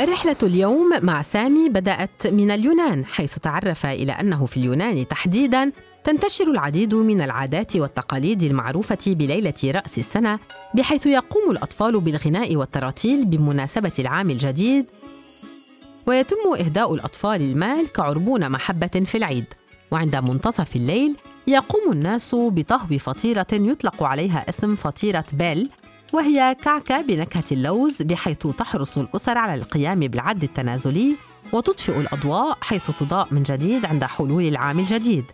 رحلة اليوم مع سامي بدأت من اليونان، حيث تعرف إلى أنه في اليونان تحديداً تنتشر العديد من العادات والتقاليد المعروفة بليلة رأس السنة، بحيث يقوم الأطفال بالغناء والتراتيل بمناسبة العام الجديد، ويتم إهداء الأطفال المال كعربون محبة في العيد. وعند منتصف الليل يقوم الناس بطهو فطيرة يطلق عليها اسم فطيرة بيل، وهي كعكة بنكهة اللوز، بحيث تحرص الأسر على القيام بالعد التنازلي وتطفئ الأضواء حيث تضاء من جديد عند حلول العام الجديد.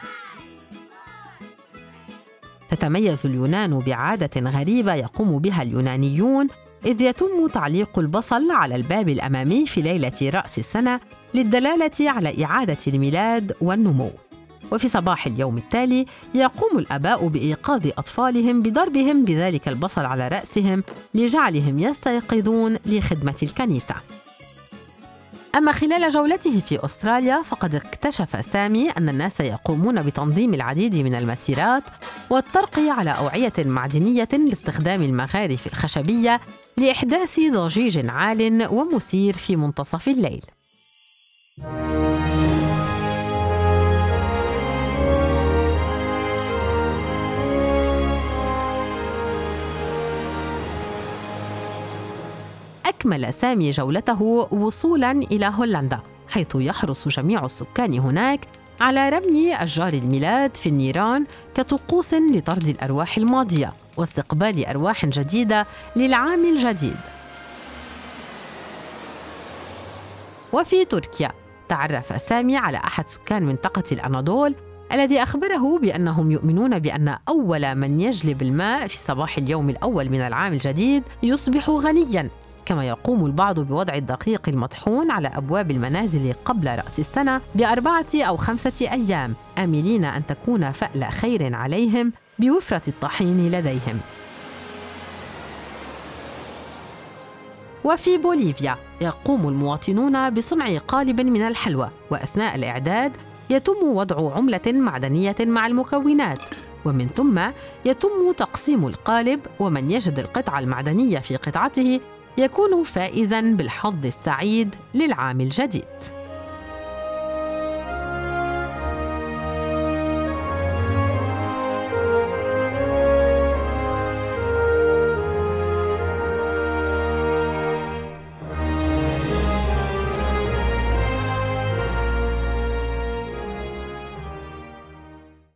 تتميز اليونان بعادة غريبة يقوم بها اليونانيون، إذ يتم تعليق البصل على الباب الأمامي في ليلة رأس السنة للدلالة على إعادة الميلاد والنمو. وفي صباح اليوم التالي يقوم الآباء بإيقاظ أطفالهم بضربهم بذلك البصل على رأسهم لجعلهم يستيقظون لخدمة الكنيسة. أما خلال جولته في أستراليا فقد اكتشف سامي أن الناس يقومون بتنظيم العديد من المسيرات والترقية على أوعية معدنية باستخدام المغارف الخشبية لإحداث ضجيج عال ومثير في منتصف الليل. أكمل سامي جولته وصولاً إلى هولندا، حيث يحرص جميع السكان هناك على رمي أشجار الميلاد في النيران كطقوس لطرد الأرواح الماضية واستقبال أرواح جديدة للعام الجديد. وفي تركيا تعرف سامي على أحد سكان منطقة الأناضول الذي أخبره بأنهم يؤمنون بأن أول من يجلب الماء في صباح اليوم الأول من العام الجديد يصبح غنياً، كما يقوم البعض بوضع الدقيق المطحون على أبواب المنازل قبل رأس السنة ب4 أو 5 أيام، آملين أن تكون فأل خير عليهم بوفرة الطحين لديهم. وفي بوليفيا يقوم المواطنون بصنع قالب من الحلوى، وأثناء الإعداد يتم وضع عملة معدنية مع المكونات، ومن ثم يتم تقسيم القالب، ومن يجد القطعة المعدنية في قطعته يكون فائزاً بالحظ السعيد للعام الجديد.